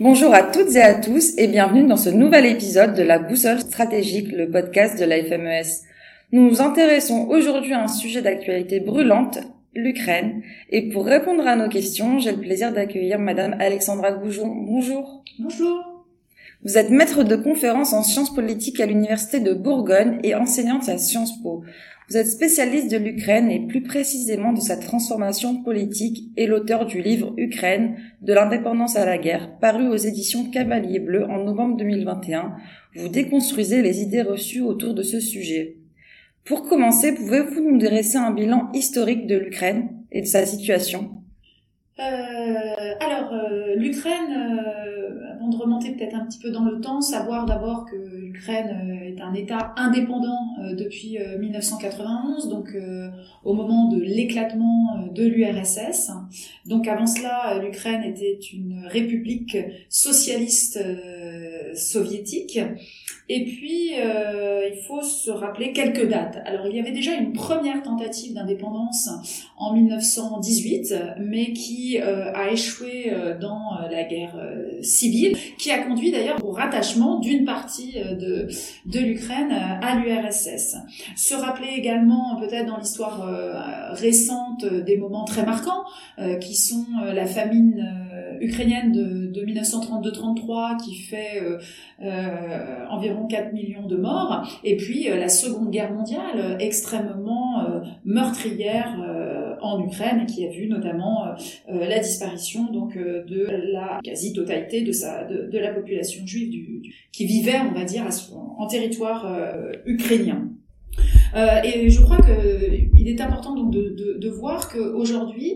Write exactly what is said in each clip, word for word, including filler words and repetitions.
Bonjour à toutes et à tous et bienvenue dans ce nouvel épisode de la Boussole stratégique, le podcast de la F M E S. Nous nous intéressons aujourd'hui à un sujet d'actualité brûlante, l'Ukraine. Et pour répondre à nos questions, j'ai le plaisir d'accueillir Madame Alexandra Goujon. Bonjour. Bonjour. Vous êtes maître de conférences en sciences politiques à l'Université de Bourgogne et enseignante à Sciences Po. Vous êtes spécialiste de l'Ukraine et plus précisément de sa transformation politique et l'auteur du livre Ukraine, de l'indépendance à la guerre, paru aux éditions Cavalier Bleu en novembre deux mille vingt et un. Vous déconstruisez les idées reçues autour de ce sujet. Pour commencer, pouvez-vous nous dresser un bilan historique de l'Ukraine et de sa situation ? Euh, alors, euh, l'Ukraine, euh, avant de remonter peut-être un petit peu dans le temps, savoir d'abord que l'Ukraine euh, est un État indépendant euh, depuis euh, mille neuf cent quatre-vingt-onze, donc euh, au moment de l'éclatement euh, de l'U R S S. Donc avant cela, euh, l'Ukraine était une république socialiste euh, soviétique. Et puis, euh, il faut se rappeler quelques dates. Alors, il y avait déjà une première tentative d'indépendance en mille neuf cent dix-huit, mais qui euh, a échoué euh, dans euh, la guerre euh, civile, qui a conduit d'ailleurs au rattachement d'une partie euh, de, de l'Ukraine à l'U R S S. Se rappeler également, peut-être dans l'histoire euh, récente, des moments très marquants, euh, qui sont euh, la famine euh, ukrainienne de, de mille neuf cent trente-deux trente-trois, qui fait euh, euh, environ quatre millions de morts, et puis euh, la Seconde Guerre mondiale, euh, extrêmement euh, meurtrière euh, en Ukraine, qui a vu notamment euh, la disparition donc euh, de la quasi-totalité de sa de, de la population juive du, du, qui vivait, on va dire, en, en territoire euh, ukrainien. Euh, et je crois que il est important donc de, de, de voir qu'aujourd'hui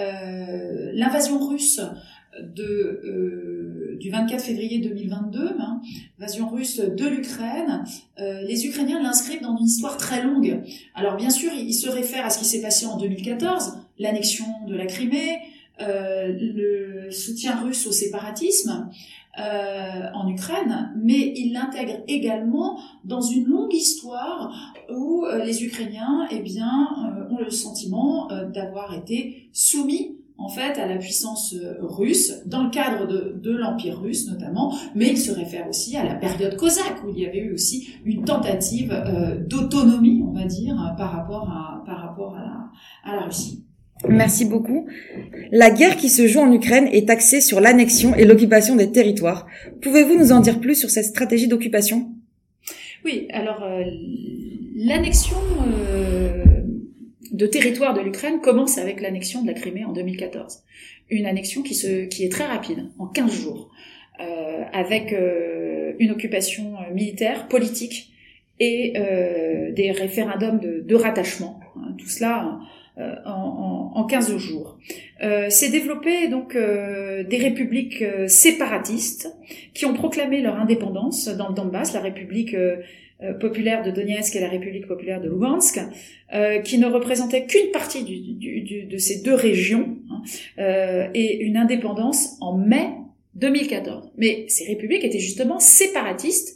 euh, l'invasion russe de euh, du vingt-quatre février deux mille vingt-deux, hein, invasion russe de l'Ukraine, euh, les Ukrainiens l'inscrivent dans une histoire très longue. Alors bien sûr, ils se réfèrent à ce qui s'est passé en deux mille quatorze, l'annexion de la Crimée, euh, le soutien russe au séparatisme euh, en Ukraine, mais ils l'intègrent également dans une longue histoire où euh, les Ukrainiens, eh bien, euh, ont le sentiment euh, d'avoir été soumis en fait à la puissance russe, dans le cadre de, de l'Empire russe notamment, mais il se réfère aussi à la période cosaque, où il y avait eu aussi une tentative euh, d'autonomie, on va dire, par rapport à, par rapport à la, à la Russie. Merci beaucoup. La guerre qui se joue en Ukraine est axée sur l'annexion et l'occupation des territoires. Pouvez-vous nous en dire plus sur cette stratégie d'occupation ? Oui, alors euh, l'annexion euh, de territoire de l'Ukraine commence avec l'annexion de la Crimée en deux mille quatorze. Une annexion qui, se, qui est très rapide, en quinze jours, euh, avec euh, une occupation militaire, politique et euh, des référendums de, de rattachement. Hein, tout cela euh, en, en, en quinze jours. Euh, s'est développé donc euh, des républiques euh, séparatistes qui ont proclamé leur indépendance dans le Donbass, la république euh, populaire de Donetsk et la République populaire de Lugansk, euh, qui ne représentaient qu'une partie du, du, du, de ces deux régions, hein, euh, et une indépendance en mai deux mille quatorze. Mais ces républiques étaient justement séparatistes,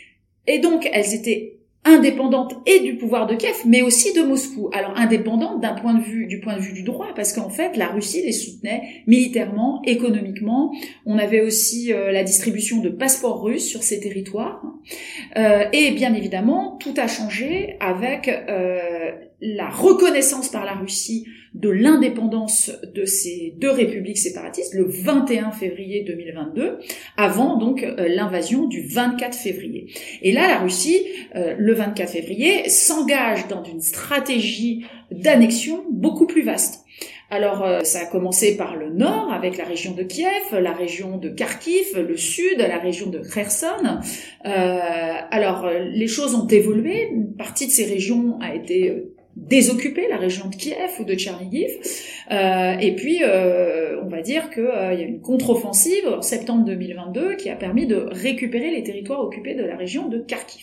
et donc elles étaient indépendante et du pouvoir de Kiev, mais aussi de Moscou. Alors indépendante d'un point de vue, du point de vue du droit, parce qu'en fait la Russie les soutenait militairement, économiquement. On avait aussi euh, la distribution de passeports russes sur ces territoires. Euh, et bien évidemment, tout a changé avec euh, la reconnaissance par la Russie de l'indépendance de ces deux républiques séparatistes le vingt et un février deux mille vingt-deux, avant donc euh, l'invasion du vingt-quatre février. Et là, la Russie, euh, le vingt-quatre février, s'engage dans une stratégie d'annexion beaucoup plus vaste. Alors, euh, ça a commencé par le nord, avec la région de Kiev, la région de Kharkiv, le sud, la région de Kherson. Euh, alors, les choses ont évolué. Une partie de ces régions a été désoccupée, la région de Kiev ou de Tchernihiv. Euh, et puis, euh, on va dire qu'il euh, y a une contre-offensive en septembre deux mille vingt-deux qui a permis de récupérer les territoires occupés de la région de Kharkiv.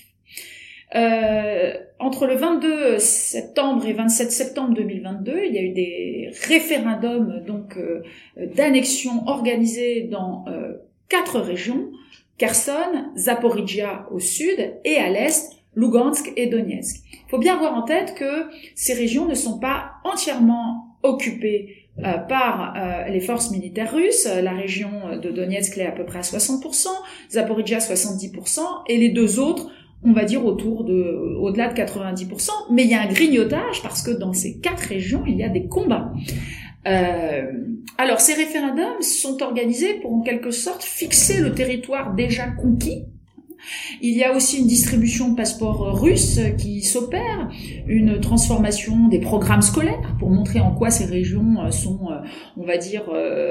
Euh, entre le vingt-deux septembre et vingt-sept septembre deux mille vingt-deux, il y a eu des référendums donc euh, d'annexion organisés dans euh, quatre régions: Kherson, Zaporijia au sud et à l'est, Lugansk et Donetsk. Il faut bien avoir en tête que ces régions ne sont pas entièrement occupées euh, par euh, les forces militaires russes. La région de Donetsk est à peu près à soixante pour cent, Zaporijjia soixante-dix pour cent, et les deux autres, on va dire autour de, au-delà de quatre-vingt-dix pour cent. Mais il y a un grignotage parce que dans ces quatre régions, il y a des combats. Euh, alors, ces référendums sont organisés pour en quelque sorte fixer le territoire déjà conquis. Il y a aussi une distribution de passeports russes qui s'opère, une transformation des programmes scolaires pour montrer en quoi ces régions sont, on va dire,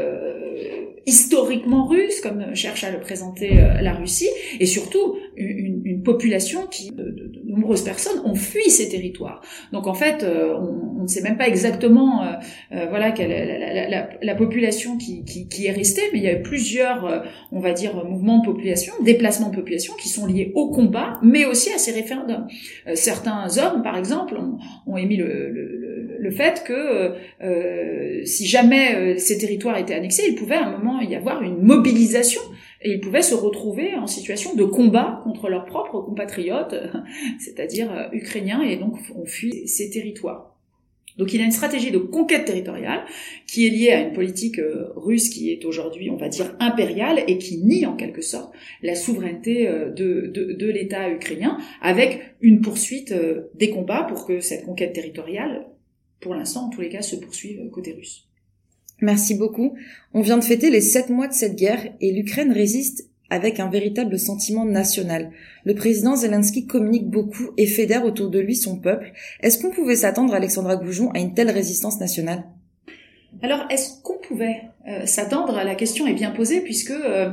euh, historiquement russes, comme cherche à le présenter la Russie, et surtout une, une population qui, de, de, de nombreuses personnes, ont fui ces territoires. Donc en fait, on, on ne sait même pas exactement, euh, euh, voilà, quelle est la, la, la, la population qui, qui, qui est restée, mais il y a eu plusieurs, euh, on va dire, mouvements de population, déplacements de population qui sont liés au combat, mais aussi à ces référendums. Euh, certains hommes, par exemple, ont, ont émis le, le, le, le fait que euh, si jamais euh, ces territoires étaient annexés, il pouvait à un moment y avoir une mobilisation et ils pouvaient se retrouver en situation de combat contre leurs propres compatriotes, c'est-à-dire euh, ukrainiens, et donc on fuit ces territoires. Donc il a une stratégie de conquête territoriale qui est liée à une politique euh, russe qui est aujourd'hui, on va dire, impériale et qui nie en quelque sorte la souveraineté euh, de, de, de l'État ukrainien, avec une poursuite euh, des combats pour que cette conquête territoriale, pour l'instant en tous les cas, se poursuive côté russe. Merci beaucoup. On vient de fêter les sept mois de cette guerre et l'Ukraine résiste avec un véritable sentiment national. Le président Zelensky communique beaucoup et fédère autour de lui son peuple. Est-ce qu'on pouvait s'attendre, Alexandra Goujon, à une telle résistance nationale ? Alors, est-ce qu'on pouvait euh, s'attendre ? La question est bien posée puisque, euh,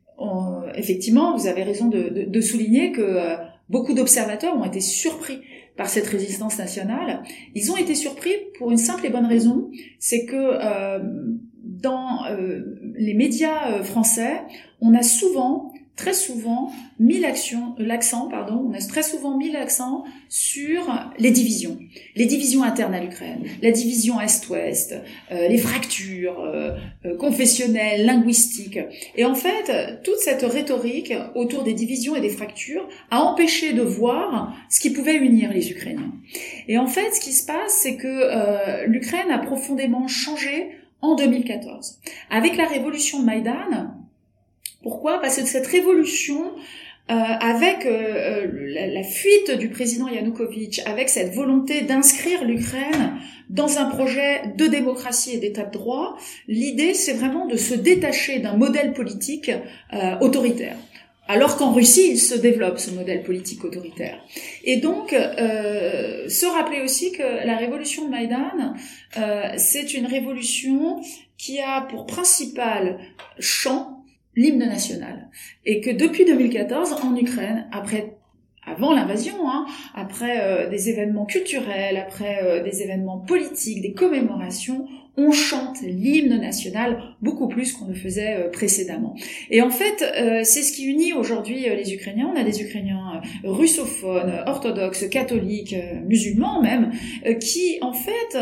on, effectivement, vous avez raison de, de, de souligner que euh, beaucoup d'observateurs ont été surpris par cette résistance nationale. Ils ont été surpris pour une simple et bonne raison, c'est que euh, dans euh, les médias euh, français, on a souvent, très souvent, mis l'action, l'accent, pardon, on a très souvent mis l'accent sur les divisions, les divisions internes à l'Ukraine, la division Est-Ouest, euh, les fractures euh, euh, confessionnelles, linguistiques. Et en fait, toute cette rhétorique autour des divisions et des fractures a empêché de voir ce qui pouvait unir les Ukrainiens. Et en fait, ce qui se passe, c'est que euh, l'Ukraine a profondément changé en deux mille quatorze. Avec la révolution de Maïdan. Pourquoi ? Parce que cette révolution, euh, avec euh, la, la fuite du président Yanukovych, avec cette volonté d'inscrire l'Ukraine dans un projet de démocratie et d'état de droit, l'idée c'est vraiment de se détacher d'un modèle politique euh, autoritaire. Alors qu'en Russie, il se développe ce modèle politique autoritaire. Et donc, euh, se rappeler aussi que la révolution de Maïdan, euh, c'est une révolution qui a pour principal champ l'hymne national. Et que depuis deux mille quatorze, en Ukraine, après, avant l'invasion, hein, après euh, des événements culturels, après euh, des événements politiques, des commémorations, on chante l'hymne national beaucoup plus qu'on le faisait euh, précédemment. Et en fait, euh, c'est ce qui unit aujourd'hui euh, les Ukrainiens. On a des Ukrainiens euh, russophones, orthodoxes, catholiques, euh, musulmans même, euh, qui en fait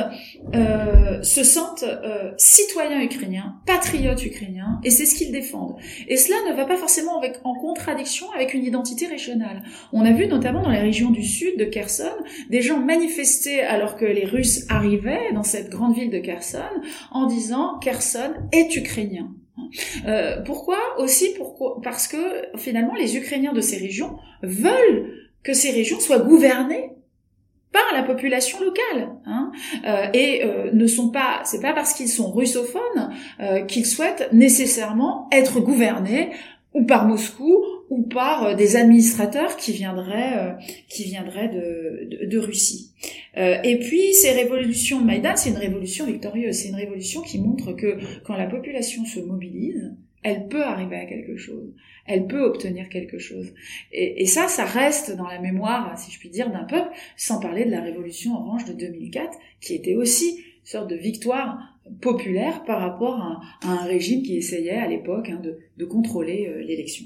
euh, se sentent euh, citoyens ukrainiens, patriotes ukrainiens, et c'est ce qu'ils défendent. Et cela ne va pas forcément avec, en contradiction avec une identité régionale. On a vu notamment dans les régions du sud de Kherson, des gens manifester alors que les Russes arrivaient dans cette grande ville de Kherson, en disant Kherson est ukrainien. Euh, pourquoi aussi pourquoi Parce que finalement les Ukrainiens de ces régions veulent que ces régions soient gouvernées par la population locale, hein, euh, et euh, ne sont pas, c'est pas parce qu'ils sont russophones euh, qu'ils souhaitent nécessairement être gouvernés ou par Moscou ou par euh, des administrateurs qui viendraient, euh, qui viendraient de, de, de Russie. Euh, et puis ces révolutions de Maïdan, c'est une révolution victorieuse, c'est une révolution qui montre que quand la population se mobilise, elle peut arriver à quelque chose, elle peut obtenir quelque chose. Et, et ça, ça reste dans la mémoire, si je puis dire, d'un peuple, sans parler de la révolution orange de deux mille quatre, qui était aussi une sorte de victoire populaire par rapport à, à un régime qui essayait à l'époque hein, de, de contrôler euh, l'élection.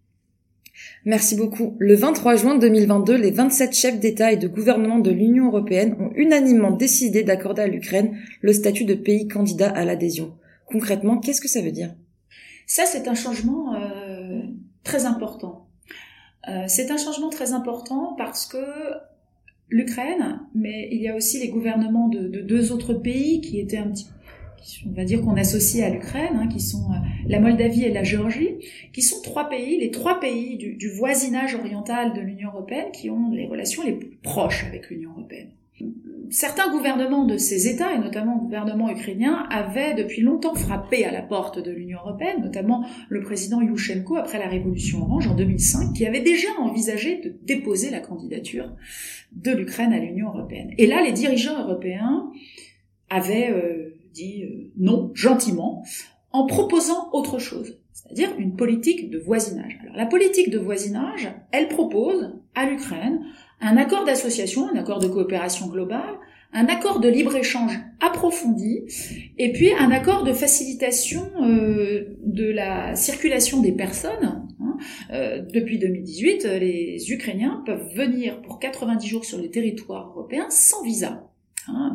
Merci beaucoup. Le vingt-trois juin deux mille vingt-deux, les vingt-sept chefs d'État et de gouvernement de l'Union européenne ont unanimement décidé d'accorder à l'Ukraine le statut de pays candidat à l'adhésion. Concrètement, qu'est-ce que ça veut dire ? Ça, c'est un changement euh, très important. Euh, c'est un changement très important parce que l'Ukraine, mais il y a aussi les gouvernements de, de deux autres pays qui étaient un petit, on va dire qu'on associe à l'Ukraine, hein, qui sont la Moldavie et la Géorgie, qui sont trois pays, les trois pays du, du voisinage oriental de l'Union européenne qui ont les relations les plus proches avec l'Union européenne. Certains gouvernements de ces États, et notamment le gouvernement ukrainien, avaient depuis longtemps frappé à la porte de l'Union européenne, notamment le président Yushchenko après la Révolution orange en deux mille cinq, qui avait déjà envisagé de déposer la candidature de l'Ukraine à l'Union européenne. Et là, les dirigeants européens avaient euh, dit euh, non, gentiment, en proposant autre chose, c'est-à-dire une politique de voisinage. Alors la politique de voisinage, elle propose à l'Ukraine un accord d'association, un accord de coopération globale, un accord de libre-échange approfondi, et puis un accord de facilitation euh, de la circulation des personnes. Hein. Euh, depuis deux mille dix-huit, les Ukrainiens peuvent venir pour quatre-vingt-dix jours sur le territoire européen sans visa. Hein.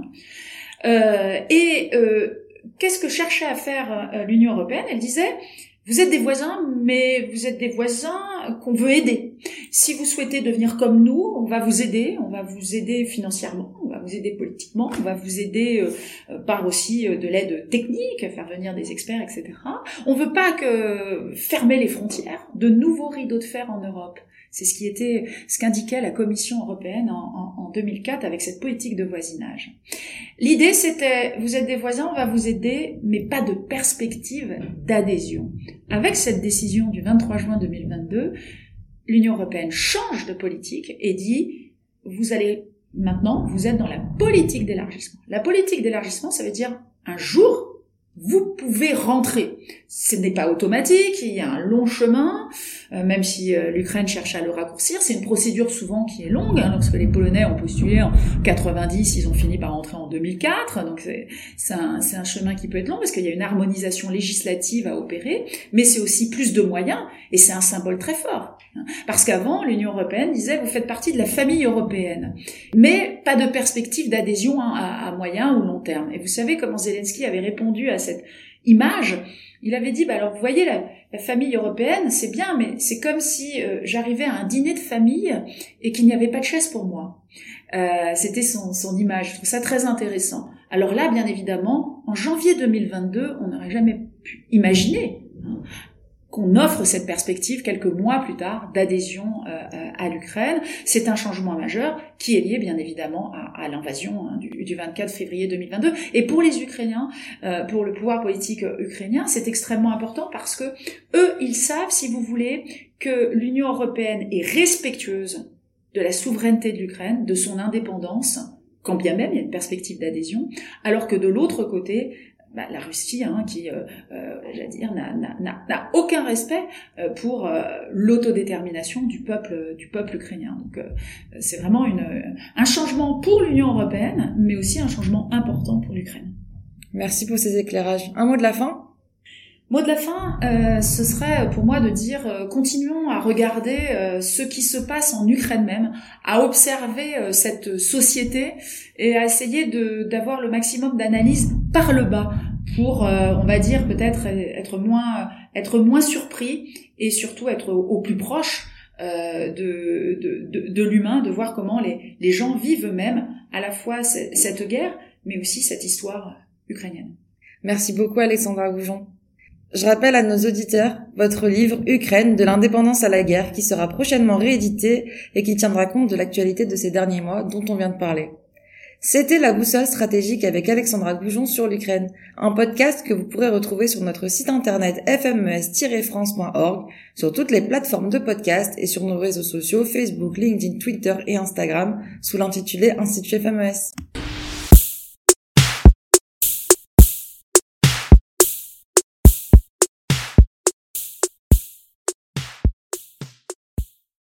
Euh, et euh, qu'est-ce que cherchait à faire euh, l'Union européenne ? Elle disait: vous êtes des voisins, mais vous êtes des voisins qu'on veut aider. Si vous souhaitez devenir comme nous, on va vous aider, on va vous aider financièrement, on va vous aider politiquement, on va vous aider euh, par aussi euh, de l'aide technique, faire venir des experts, et cetera. On veut pas que fermer les frontières, de nouveaux rideaux de fer en Europe. C'est ce qui était, ce qu'indiquait la Commission européenne en, en, en deux mille quatre avec cette politique de voisinage. L'idée, c'était, vous êtes des voisins, on va vous aider, mais pas de perspective d'adhésion. Avec cette décision du vingt-trois juin deux mille vingt-deux, l'Union européenne change de politique et dit, vous allez, maintenant, vous êtes dans la politique d'élargissement. La politique d'élargissement, ça veut dire, un jour, vous pouvez rentrer. Ce n'est pas automatique, il y a un long chemin, euh, même si euh, l'Ukraine cherche à le raccourcir. C'est une procédure souvent qui est longue. Hein, lorsque les Polonais ont postulé en quatre-vingt-dix, ils ont fini par rentrer en deux mille quatre. Donc c'est, c'est, un, c'est un chemin qui peut être long parce qu'il y a une harmonisation législative à opérer, mais c'est aussi plus de moyens et c'est un symbole très fort. Hein, parce qu'avant, l'Union européenne disait vous faites partie de la famille européenne, mais pas de perspective d'adhésion hein, à, à moyen ou long terme. Et vous savez comment Zelensky avait répondu à cette image? Il avait dit, bah alors vous voyez, la, la famille européenne, c'est bien, mais c'est comme si euh, j'arrivais à un dîner de famille et qu'il n'y avait pas de chaise pour moi. Euh, c'était son, son image. Je trouve ça très intéressant. Alors là, bien évidemment, en janvier deux mille vingt-deux, on n'aurait jamais pu imaginer hein, qu'on offre cette perspective quelques mois plus tard d'adhésion euh, à l'Ukraine. C'est un changement majeur qui est lié bien évidemment à, à l'invasion hein, du, du vingt-quatre février deux mille vingt-deux. Et pour les Ukrainiens, euh, pour le pouvoir politique ukrainien, c'est extrêmement important parce que eux, ils savent, si vous voulez, que l'Union européenne est respectueuse de la souveraineté de l'Ukraine, de son indépendance, quand bien même il y a une perspective d'adhésion, alors que de l'autre côté, bah, la Russie, hein, qui, euh, euh, j'allais dire, n'a, n'a, n'a aucun respect euh, pour euh, l'autodétermination du peuple, du peuple ukrainien. Donc, euh, c'est vraiment une, un changement pour l'Union européenne, mais aussi un changement important pour l'Ukraine. Merci pour ces éclairages. Un mot de la fin ? Mot de la fin, euh, ce serait pour moi de dire euh, continuons à regarder euh, ce qui se passe en Ukraine même, à observer euh, cette société et à essayer de d'avoir le maximum d'analyse par le bas pour, euh, on va dire peut-être être moins être moins surpris et surtout être au, au plus proche euh, de, de de de l'humain, de voir comment les les gens vivent eux-mêmes à la fois c- cette guerre, mais aussi cette histoire ukrainienne. Merci beaucoup Alexandra Goujon. Je rappelle à nos auditeurs votre livre « Ukraine, de l'indépendance à la guerre » qui sera prochainement réédité et qui tiendra compte de l'actualité de ces derniers mois dont on vient de parler. C'était La Boussole stratégique avec Alexandra Goujon sur l'Ukraine, un podcast que vous pourrez retrouver sur notre site internet f m e s tiret france point org, sur toutes les plateformes de podcast et sur nos réseaux sociaux Facebook, LinkedIn, Twitter et Instagram sous l'intitulé Institut F M E S.